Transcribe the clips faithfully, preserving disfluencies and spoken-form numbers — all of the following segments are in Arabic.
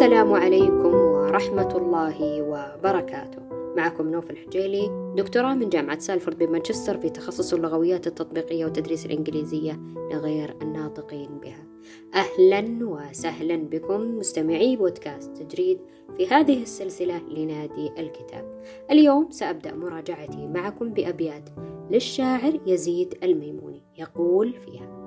السلام عليكم ورحمة الله وبركاته. معكم نوف الحجيلي، دكتوراه من جامعة سالفورد بمانشستر في تخصص اللغويات التطبيقية وتدريس الإنجليزية لغير الناطقين بها. أهلا وسهلا بكم مستمعي بودكاست تجريد في هذه السلسلة لنادي الكتاب. اليوم سأبدأ مراجعتي معكم بأبيات للشاعر يزيد الميموني، يقول فيها: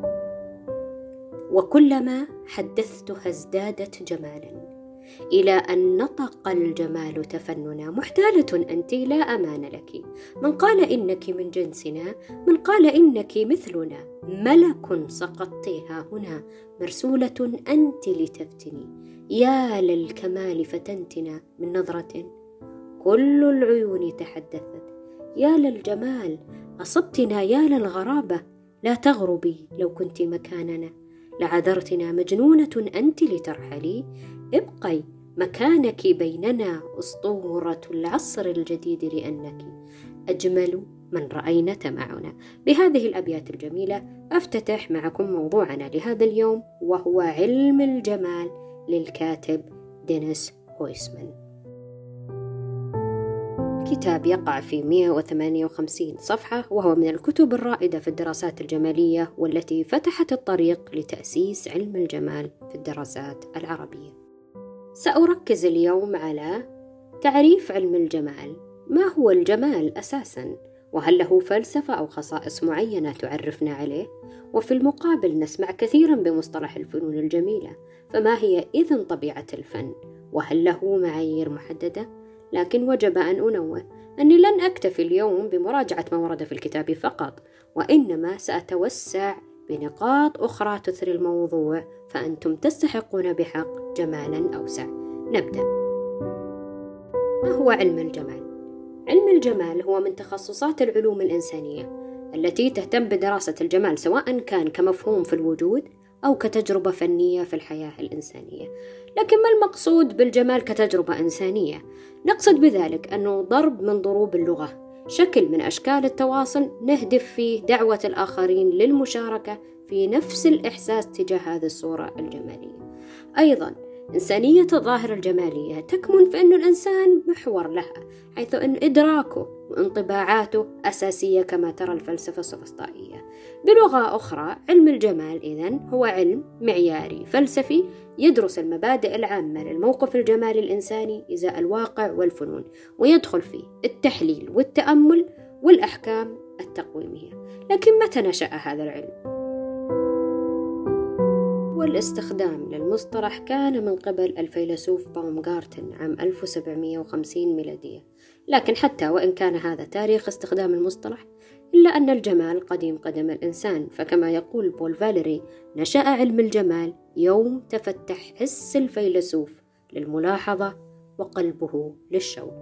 وكلما حدثتها ازدادت جمالا، إلى أن نطق الجمال تفننا. محتالة أنت لا أمان لك، من قال إنك من جنسنا، من قال إنك مثلنا. ملك سقطتها هنا، مرسولة أنت لتفتني. يا للكمال فتنتنا من نظرة، كل العيون تحدثت. يا للجمال أصبتنا، يا للغرابة لا تغربي. لو كنت مكاننا لعذرتنا. مجنونة أنت لترحلي، ابقي مكانك بيننا. أسطورة العصر الجديد لأنك أجمل من رأينا معنا. بهذه الأبيات الجميلة أفتتح معكم موضوعنا لهذا اليوم، وهو علم الجمال للكاتب دينيس هويسمان. كتاب يقع في مئة وثمانية وخمسين صفحة، وهو من الكتب الرائدة في الدراسات الجمالية والتي فتحت الطريق لتأسيس علم الجمال في الدراسات العربية. سأركز اليوم على تعريف علم الجمال. ما هو الجمال أساساً؟ وهل له فلسفة أو خصائص معينة تعرفنا عليه؟ وفي المقابل نسمع كثيراً بمصطلح الفنون الجميلة، فما هي إذن طبيعة الفن؟ وهل له معايير محددة؟ لكن وجب أن أنوه أني لن أكتفي اليوم بمراجعة ما ورد في الكتاب فقط، وإنما سأتوسع بنقاط أخرى تثري الموضوع، فأنتم تستحقون بحق جمالا أوسع. نبدأ. ما هو علم الجمال؟ علم الجمال هو من تخصصات العلوم الإنسانية التي تهتم بدراسة الجمال، سواء كان كمفهوم في الوجود أو كتجربة فنية في الحياة الإنسانية. لكن ما المقصود بالجمال كتجربة إنسانية؟ نقصد بذلك أنه ضرب من ضروب اللغة، شكل من أشكال التواصل نهدف فيه دعوة الآخرين للمشاركة في نفس الإحساس تجاه هذه الصورة الجمالية. أيضاً إنسانية الظاهرة الجمالية تكمن في أن الإنسان محور لها، حيث أن إدراكه وانطباعاته أساسية كما ترى الفلسفة السوفسطائية. بلغة أخرى، علم الجمال إذن هو علم معياري فلسفي يدرس المبادئ العامة للموقف الجمالي الإنساني إزاء الواقع والفنون، ويدخل فيه التحليل والتأمل والأحكام التقويمية. لكن متى نشأ هذا العلم؟ والاستخدام للمصطلح كان من قبل الفيلسوف باومغارتن عام ألف وسبعمئة وخمسين ميلادية. لكن حتى وإن كان هذا تاريخ استخدام المصطلح، إلا أن الجمال قديم قدم الإنسان. فكما يقول بول فاليري: نشأ علم الجمال يوم تفتح حس الفيلسوف للملاحظة وقلبه للشوق.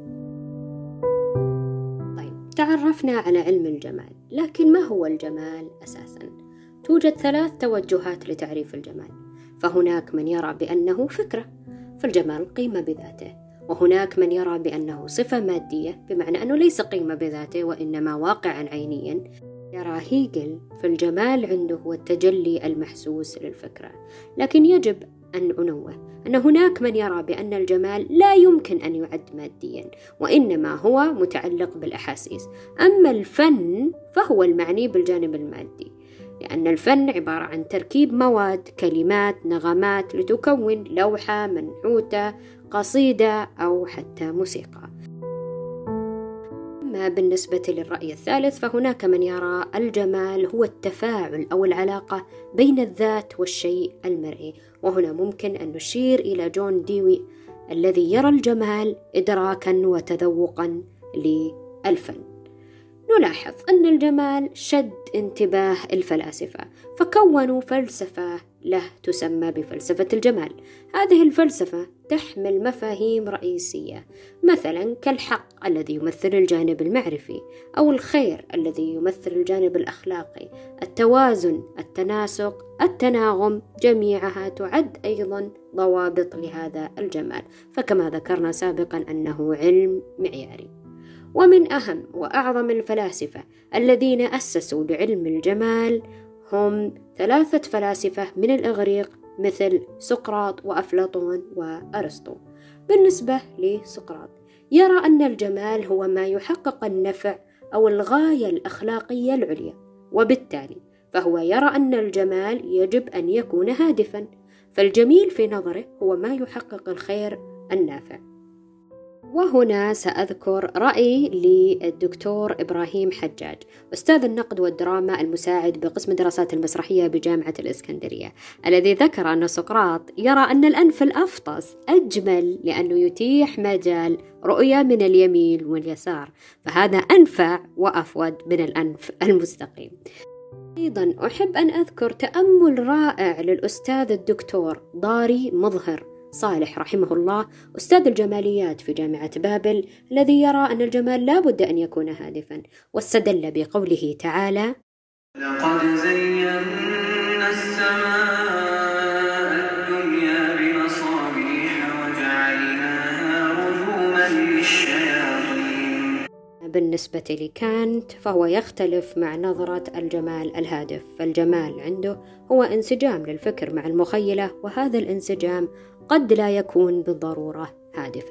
طيب، تعرفنا على علم الجمال، لكن ما هو الجمال أساساً؟ توجد ثلاث توجهات لتعريف الجمال. فهناك من يرى بأنه فكرة، فالجمال قيمة بذاته. وهناك من يرى بأنه صفة مادية، بمعنى أنه ليس قيمة بذاته وإنما واقعا عينيا. يرى هيجل في الجمال عنده هو التجلي المحسوس للفكرة. لكن يجب أن أنوه أن هناك من يرى بأن الجمال لا يمكن أن يعد ماديا، وإنما هو متعلق بالأحاسيس. أما الفن فهو المعني بالجانب المادي، لأن الفن عبارة عن تركيب مواد، كلمات، نغمات لتكون لوحة، منحوتة، قصيدة أو حتى موسيقى. أما بالنسبة للرأي الثالث، فهناك من يرى الجمال هو التفاعل أو العلاقة بين الذات والشيء المرئي. وهنا ممكن أن نشير إلى جون ديوي الذي يرى الجمال إدراكا وتذوقا للفن. نلاحظ أن الجمال شد انتباه الفلاسفة، فكونوا فلسفة له تسمى بفلسفة الجمال. هذه الفلسفة تحمل مفاهيم رئيسية، مثلا كالحق الذي يمثل الجانب المعرفي، أو الخير الذي يمثل الجانب الأخلاقي، التوازن، التناسق، التناغم. جميعها تعد أيضا ضوابط لهذا الجمال، فكما ذكرنا سابقا أنه علم معياري. ومن أهم وأعظم الفلاسفة الذين أسسوا لعلم الجمال هم ثلاثة فلاسفة من الإغريق مثل سقراط وأفلاطون وأرسطو. بالنسبة لسقراط يرى أن الجمال هو ما يحقق النفع أو الغاية الأخلاقية العليا، وبالتالي فهو يرى أن الجمال يجب أن يكون هادفا، فالجميل في نظره هو ما يحقق الخير النافع. وهنا سأذكر رأي للدكتور إبراهيم حجاج، أستاذ النقد والدراما المساعد بقسم الدراسات المسرحية بجامعة الإسكندرية، الذي ذكر أن سقراط يرى أن الأنف الأفطس أجمل لأنه يتيح مجال رؤية من اليمين واليسار، فهذا أنفع وأفود من الأنف المستقيم. أيضا أحب أن أذكر تأمل رائع للأستاذ الدكتور ضاري مظهر صالح رحمه الله، أستاذ الجماليات في جامعة بابل، الذي يرى أن الجمال لا بد أن يكون هادفا، واستدل بقوله تعالى: لقد زينا السماء الدنيا بمصابيح وجعلناها رجوما للشياطين. بالنسبة لكانت فهو يختلف مع نظرة الجمال الهادف، فالجمال عنده هو انسجام للفكر مع المخيلة، وهذا الانسجام قد لا يكون بالضرورة هادفا.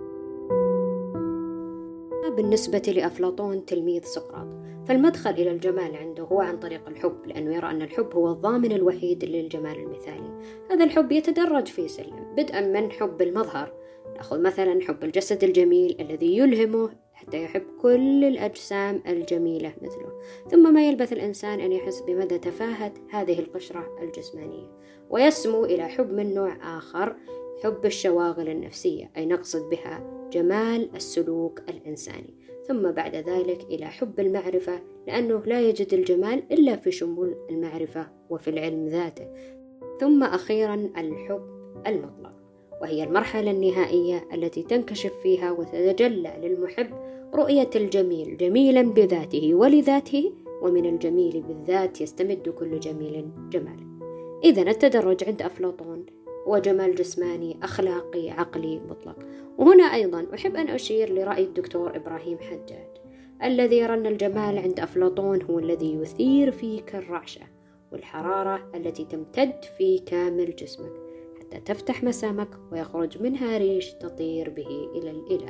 بالنسبة لأفلاطون تلميذ سقراط، فالمدخل إلى الجمال عنده هو عن طريق الحب، لأنه يرى أن الحب هو الضامن الوحيد للجمال المثالي. هذا الحب يتدرج في سلم، بدءا من حب المظهر، نأخذ مثلا حب الجسد الجميل الذي يلهمه حتى يحب كل الأجسام الجميلة مثله، ثم ما يلبث الإنسان أن يحس بمدى تفاهة هذه القشرة الجسمانية، ويسمو إلى حب من نوع آخر، حب الشواغل النفسية، أي نقصد بها جمال السلوك الإنساني، ثم بعد ذلك إلى حب المعرفة، لأنه لا يجد الجمال إلا في شمول المعرفة وفي العلم ذاته، ثم أخيرا الحب المطلق، وهي المرحلة النهائية التي تنكشف فيها وتتجلى للمحب رؤية الجميل جميلا بذاته ولذاته، ومن الجميل بالذات يستمد كل جميل جمالا. إذن التدرج عند أفلاطون هو جمال جسماني أخلاقي عقلي مطلق. وهنا أيضا أحب أن أشير لرأي الدكتور إبراهيم حجاج، الذي يرى أن الجمال عند أفلاطون هو الذي يثير فيك الرعشة والحرارة التي تمتد في كامل جسمك حتى تفتح مسامك ويخرج منها ريش تطير به إلى الإله.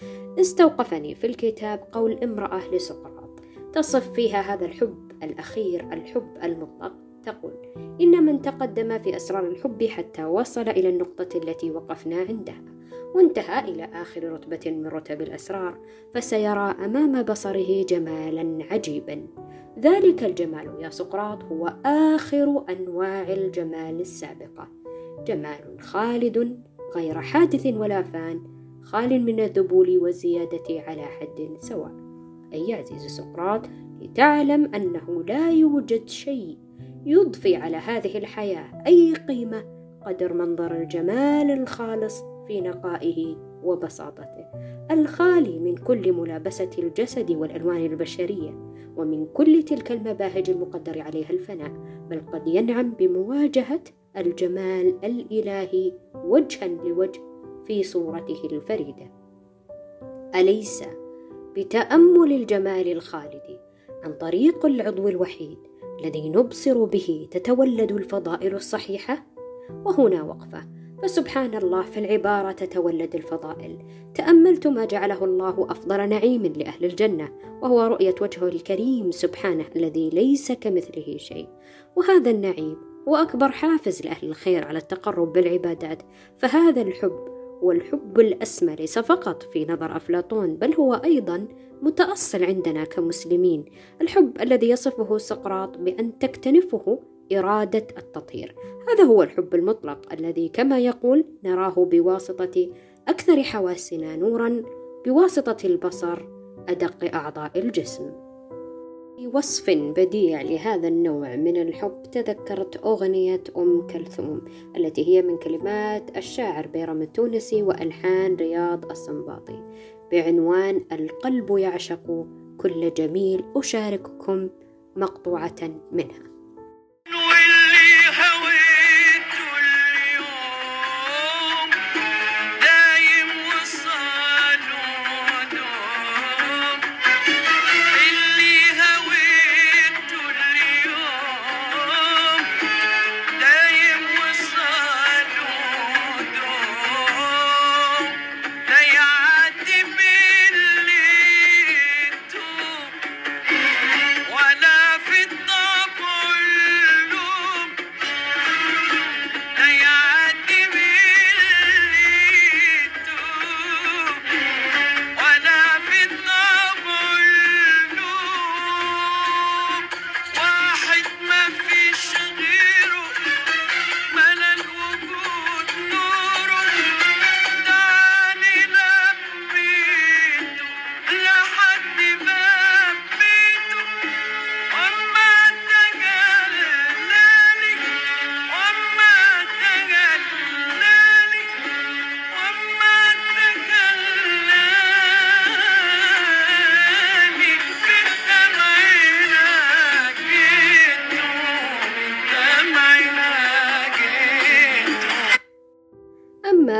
استوقفني في الكتاب قول امرأة لسقراط تصف فيها هذا الحب الأخير، الحب المطلق، تقول: إن من تقدم في أسرار الحب حتى وصل إلى النقطة التي وقفنا عندها وانتهى إلى آخر رتبة من رتب الأسرار، فسيرى أمام بصره جمالا عجيبا. ذلك الجمال يا سقراط هو آخر أنواع الجمال السابقة، جمال خالد غير حادث ولا فان، خال من الذبول والزيادة على حد سواء. أي يا عزيز سقراط، لتعلم أنه لا يوجد شيء يضفي على هذه الحياة أي قيمة قدر منظر الجمال الخالص في نقائه وبساطته، الخالي من كل ملابسة الجسد والألوان البشرية ومن كل تلك المباهج المقدر عليها الفناء، بل قد ينعم بمواجهة الجمال الإلهي وجها لوجه في صورته الفريدة. أليس بتأمل الجمال الخالد عن طريق العضو الوحيد الذي نبصر به تتولد الفضائل الصحيحة؟ وهنا وقفة، فسبحان الله في العبارة تتولد الفضائل. تأملت ما جعله الله أفضل نعيم لأهل الجنة، وهو رؤية وجهه الكريم سبحانه الذي ليس كمثله شيء، وهذا النعيم هو أكبر حافز لأهل الخير على التقرب بالعبادات. فهذا الحب هو الحب الأسمى، ليس فقط في نظر أفلاطون بل هو أيضا متأصل عندنا كمسلمين، الحب الذي يصفه سقراط بأن تكتنفه إرادة التطهير. هذا هو الحب المطلق الذي كما يقول نراه بواسطة أكثر حواسنا نورا، بواسطة البصر أدق أعضاء الجسم. في وصف بديع لهذا النوع من الحب تذكرت أغنية أم كلثوم التي هي من كلمات الشاعر بيرم التونسي وألحان رياض السنباطي بعنوان القلب يعشق كل جميل، أشارككم مقطوعة منها. الصالح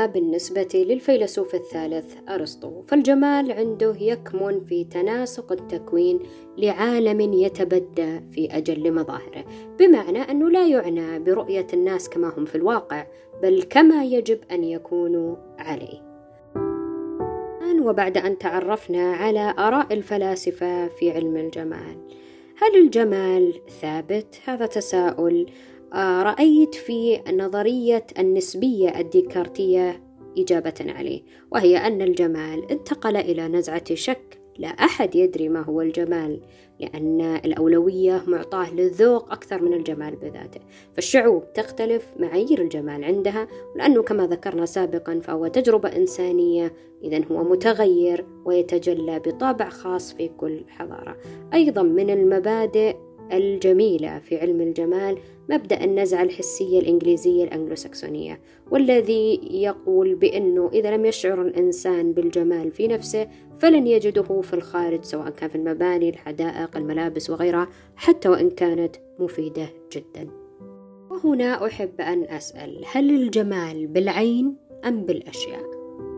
أما بالنسبة للفيلسوف الثالث أرسطو، فالجمال عنده يكمن في تناسق التكوين لعالم يتبدى في أجل مظاهره، بمعنى أنه لا يعنى برؤية الناس كما هم في الواقع، بل كما يجب أن يكونوا عليه. وبعد أن تعرفنا على آراء الفلاسفة في علم الجمال، هل الجمال ثابت؟ هذا تساؤل رأيت في نظرية النسبية الديكارتية إجابة عليه، وهي أن الجمال انتقل إلى نزعة شك. لا أحد يدري ما هو الجمال، لأن الأولوية معطاة للذوق أكثر من الجمال بذاته، فالشعوب تختلف معايير الجمال عندها، لأنه كما ذكرنا سابقا فهو تجربة إنسانية، إذن هو متغير ويتجلى بطابع خاص في كل حضارة. أيضا من المبادئ الجميلة في علم الجمال مبدأ النزعة الحسية الإنجليزية الأنجلوساكسونية، والذي يقول بأنه إذا لم يشعر الإنسان بالجمال في نفسه فلن يجده في الخارج، سواء كان في المباني، الحدائق، الملابس وغيرها، حتى وإن كانت مفيدة جدا. وهنا أحب أن أسأل، هل الجمال بالعين أم بالأشياء؟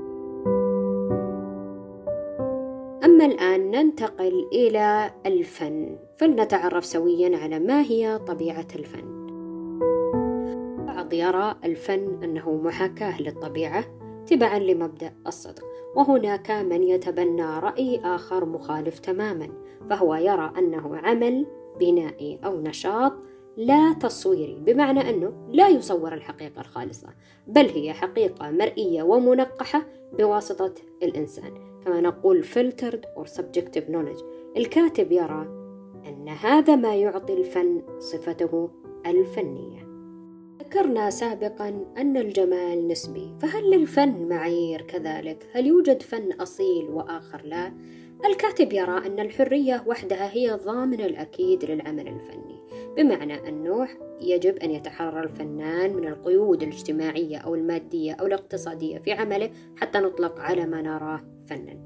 أما الآن ننتقل إلى الفن، فلنتعرف سويا على ما هي طبيعة الفن. بعض يرى الفن أنه محاكاة للطبيعة تبعا لمبدأ الصدق، وهناك من يتبنى رأي آخر مخالف تماما، فهو يرى أنه عمل بنائي أو نشاط لا تصويري، بمعنى أنه لا يصور الحقيقة الخالصة، بل هي حقيقة مرئية ومنقحة بواسطة الإنسان، كما نقول filtered or subjective knowledge. الكاتب يرى أن هذا ما يعطي الفن صفته الفنية. ذكرنا سابقا أن الجمال نسبي، فهل للفن معايير كذلك؟ هل يوجد فن أصيل وآخر لا؟ الكاتب يرى أن الحرية وحدها هي الضامن الأكيد للعمل الفني، بمعنى أنه يجب أن يتحرر الفنان من القيود الاجتماعية أو المادية أو الاقتصادية في عمله حتى نطلق على ما نراه فنا.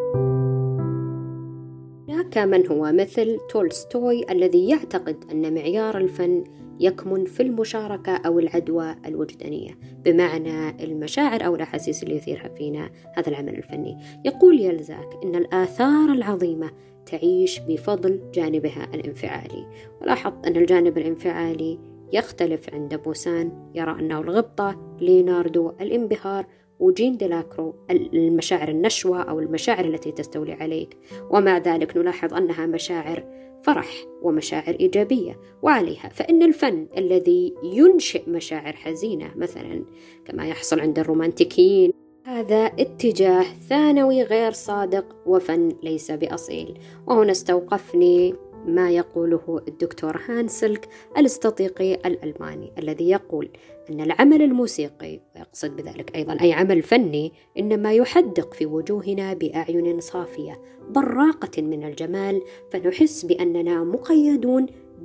هناك من هو مثل تولستوي الذي يعتقد أن معيار الفن يكمن في المشاركة أو العدوى الوجدانية، بمعنى المشاعر أو الأحاسيس اللي يثيرها فينا هذا العمل الفني. يقول يلزاك إن الآثار العظيمة تعيش بفضل جانبها الانفعالي، ولاحظ أن الجانب الانفعالي يختلف عند بوسان، يرى أنه الغبطة، ليوناردو الانبهار، وجين ديلاكرو المشاعر النشوة أو المشاعر التي تستولي عليك، ومع ذلك نلاحظ أنها مشاعر فرح ومشاعر إيجابية. وعليها فإن الفن الذي ينشئ مشاعر حزينة مثلا كما يحصل عند الرومانتيكيين، هذا اتجاه ثانوي غير صادق وفن ليس بأصيل. وهنا استوقفني ما يقوله الدكتور هانسلك الاستطيقي الألماني الذي يقول أن العمل الموسيقي، ويقصد بذلك أيضا أي عمل فني، إنما يحدق في وجوهنا بأعين صافية براقة من الجمال، فنحس بأننا مقيدون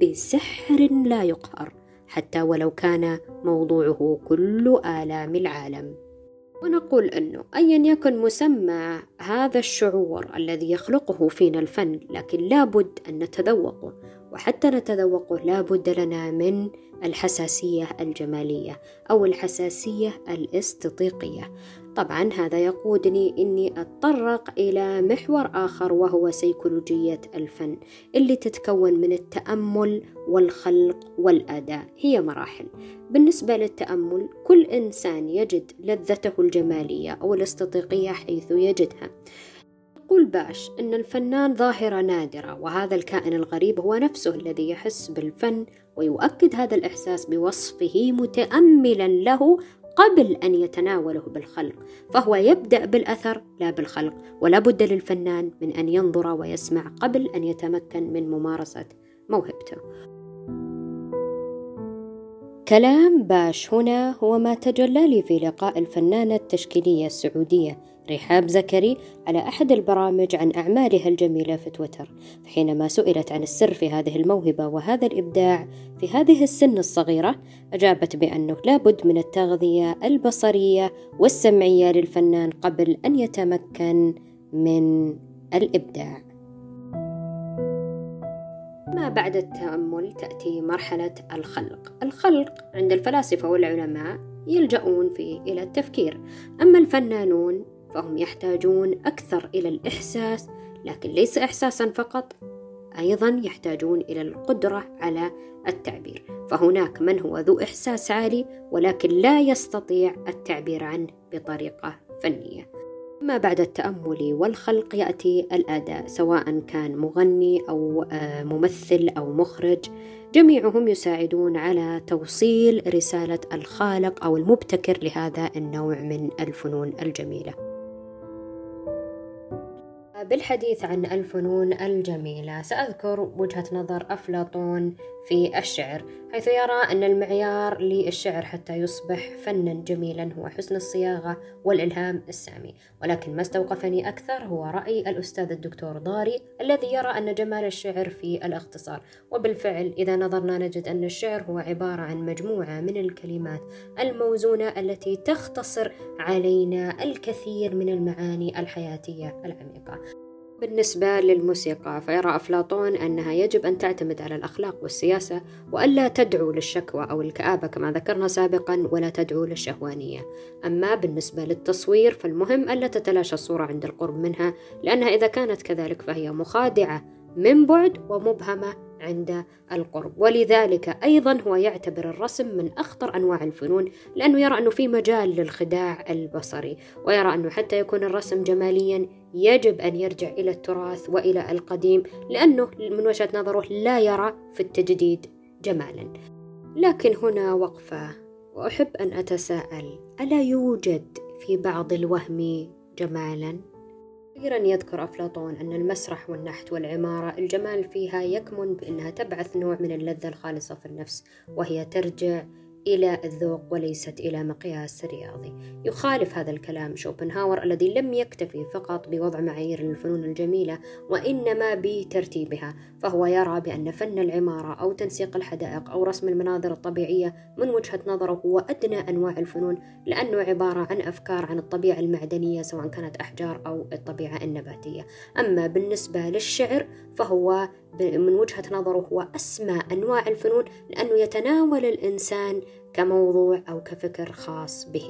بسحر لا يقهر، حتى ولو كان موضوعه كل آلام العالم. ونقول أنه أيا يكن مسمى هذا الشعور الذي يخلقه فينا الفن، لكن لابد أن نتذوقه، وحتى نتذوقه لابد لنا من الحساسية الجمالية أو الحساسية الاستطيقية. طبعا هذا يقودني أني أتطرق إلى محور آخر، وهو سيكولوجية الفن اللي تتكون من التأمل والخلق والأداء. هي مراحل. بالنسبة للتأمل، كل إنسان يجد لذته الجمالية أو الاستطيقية حيث يجدها. يقول باش أن الفنان ظاهرة نادرة، وهذا الكائن الغريب هو نفسه الذي يحس بالفن، ويؤكد هذا الإحساس بوصفه متأملا له قبل أن يتناوله بالخلق، فهو يبدأ بالأثر لا بالخلق، ولا بد للفنان من أن ينظر ويسمع قبل أن يتمكن من ممارسة موهبته. كلام باش هنا هو ما تجلى لي في لقاء الفنانة التشكيلية السعودية رحاب زكري على أحد البرامج عن أعمالها الجميلة في تويتر، حينما سئلت عن السر في هذه الموهبة وهذا الإبداع في هذه السن الصغيرة، أجابت بأنه لابد من التغذية البصرية والسمعية للفنان قبل أن يتمكن من الإبداع. ما بعد التأمل تأتي مرحلة الخلق. الخلق عند الفلاسفة والعلماء يلجؤون فيه إلى التفكير. أما الفنانون فهم يحتاجون أكثر إلى الإحساس، لكن ليس إحساسا فقط، أيضا يحتاجون إلى القدرة على التعبير. فهناك من هو ذو إحساس عالي ولكن لا يستطيع التعبير عنه بطريقة فنية. ما بعد التأمل والخلق يأتي الأداء، سواء كان مغني أو ممثل أو مخرج، جميعهم يساعدون على توصيل رسالة الخالق أو المبتكر لهذا النوع من الفنون الجميلة. بالحديث عن الفنون الجميلة سأذكر وجهة نظر أفلاطون في الشعر، حيث يرى أن المعيار للشعر حتى يصبح فنا جميلا هو حسن الصياغة والإلهام السامي. ولكن ما استوقفني أكثر هو رأي الأستاذ الدكتور ضاري الذي يرى أن جمال الشعر في الاختصار. وبالفعل إذا نظرنا نجد أن الشعر هو عبارة عن مجموعة من الكلمات الموزونة التي تختصر علينا الكثير من المعاني الحياتية العميقة. بالنسبة للموسيقى فيرى أفلاطون أنها يجب أن تعتمد على الأخلاق والسياسة، وألا تدعو للشكوى أو الكآبة كما ذكرنا سابقا، ولا تدعو للشهوانية. أما بالنسبة للتصوير فالمهم ألا تتلاشى الصورة عند القرب منها، لأنها إذا كانت كذلك فهي مخادعة من بعد ومبهمة عند القرب. ولذلك أيضا هو يعتبر الرسم من أخطر أنواع الفنون، لأنه يرى أنه في مجال للخداع البصري، ويرى أنه حتى يكون الرسم جماليا يجب أن يرجع إلى التراث وإلى القديم، لأنه من وجهة نظره لا يرى في التجديد جمالا. لكن هنا وقفة، وأحب أن أتساءل: ألا يوجد في بعض الوهم جمالا؟ أخيرا يذكر أفلاطون أن المسرح والنحت والعمارة الجمال فيها يكمن بأنها تبعث نوع من اللذة الخالصة في النفس، وهي ترجع إلى الذوق وليست إلى مقياس رياضي. يخالف هذا الكلام شوبنهاور الذي لم يكتفي فقط بوضع معايير للفنون الجميلة وإنما بترتيبها، فهو يرى بأن فن العمارة أو تنسيق الحدائق أو رسم المناظر الطبيعية من وجهة نظره هو أدنى أنواع الفنون، لأنه عبارة عن أفكار عن الطبيعة المعدنية سواء كانت أحجار أو الطبيعة النباتية. أما بالنسبة للشعر فهو من وجهة نظره هو أسمى أنواع الفنون، لأنه يتناول الإنسان كموضوع أو كفكر خاص به.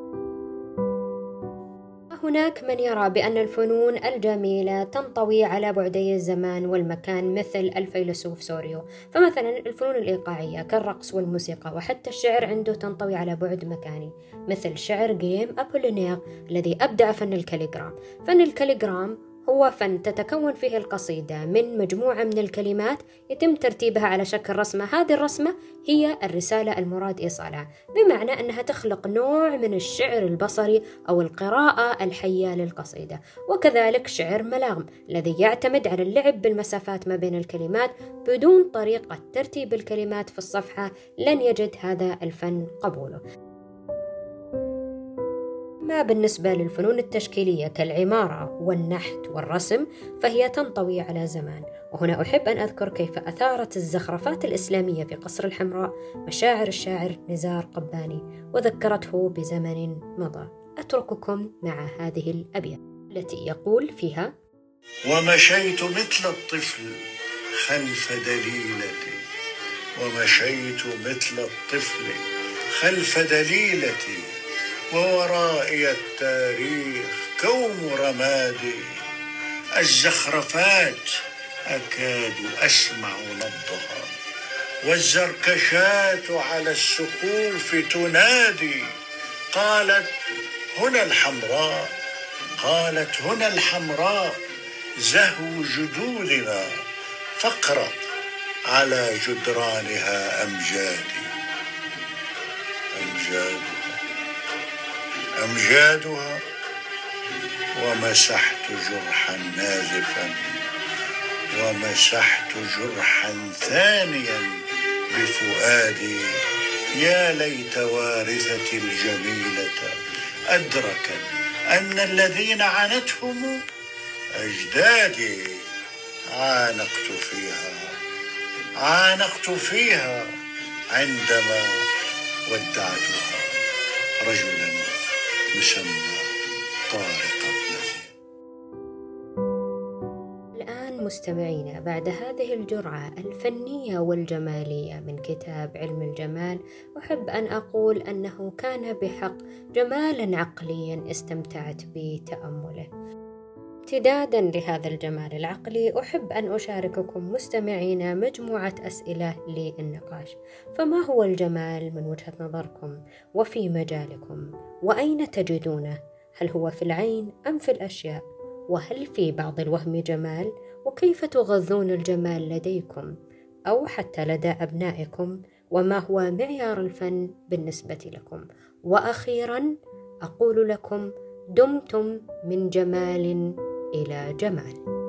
هناك من يرى بأن الفنون الجميلة تنطوي على بعدي الزمان والمكان مثل الفيلسوف سوريو. فمثلا الفنون الإيقاعية كالرقص والموسيقى وحتى الشعر عنده تنطوي على بعد مكاني، مثل شعر جيم أبولينير الذي أبدع فن الكاليغرام. فن الكاليغرام هو فن تتكون فيه القصيدة من مجموعة من الكلمات يتم ترتيبها على شكل رسمة. هذه الرسمة هي الرسالة المراد إيصالها، بمعنى أنها تخلق نوع من الشعر البصري أو القراءة الحية للقصيدة. وكذلك شعر ملاغم الذي يعتمد على اللعب بالمسافات ما بين الكلمات بدون طريقة ترتيب الكلمات في الصفحة، لن يجد هذا الفن قبوله. أما بالنسبة للفنون التشكيلية كالعمارة والنحت والرسم فهي تنطوي على زمان. وهنا أحب أن أذكر كيف أثارت الزخرفات الإسلامية في قصر الحمراء مشاعر الشاعر نزار قباني وذكرته بزمن مضى. أترككم مع هذه الأبيات التي يقول فيها: ومشيت مثل الطفل خلف دليلتي، ومشيت مثل الطفل خلف دليلتي، وورائي التاريخ كوم رمادي، الزخرفات أكاد أسمع نبضها، والزركشات على السقوف تنادي. قالت هنا الحمراء، قالت هنا الحمراء، زهو جدودنا، فاقرأ على جدرانها أمجادي. أمجادها أمجادها ومسحت جرحا نازفا، ومسحت جرحا ثانيا بفؤادي. يا ليت وارثتي الجميلة أدركت أن الذين عنتهم أجدادي. عانقت فيها عانقت فيها عندما ودعتها رجلا يسمى طارق بن زياد. الآن مستمعينا، بعد هذه الجرعة الفنية والجمالية من كتاب علم الجمال، أحب أن أقول أنه كان بحق جمالا عقليا استمتعت بتأمله. امتدادا لهذا الجمال العقلي، أحب أن أشارككم مستمعينا مجموعة أسئلة للنقاش. فما هو الجمال من وجهة نظركم وفي مجالكم؟ وأين تجدونه؟ هل هو في العين أم في الأشياء؟ وهل في بعض الوهم جمال؟ وكيف تغذون الجمال لديكم أو حتى لدى أبنائكم؟ وما هو معيار الفن بالنسبة لكم؟ وأخيرا أقول لكم: دمتم من جمال إلى جمال.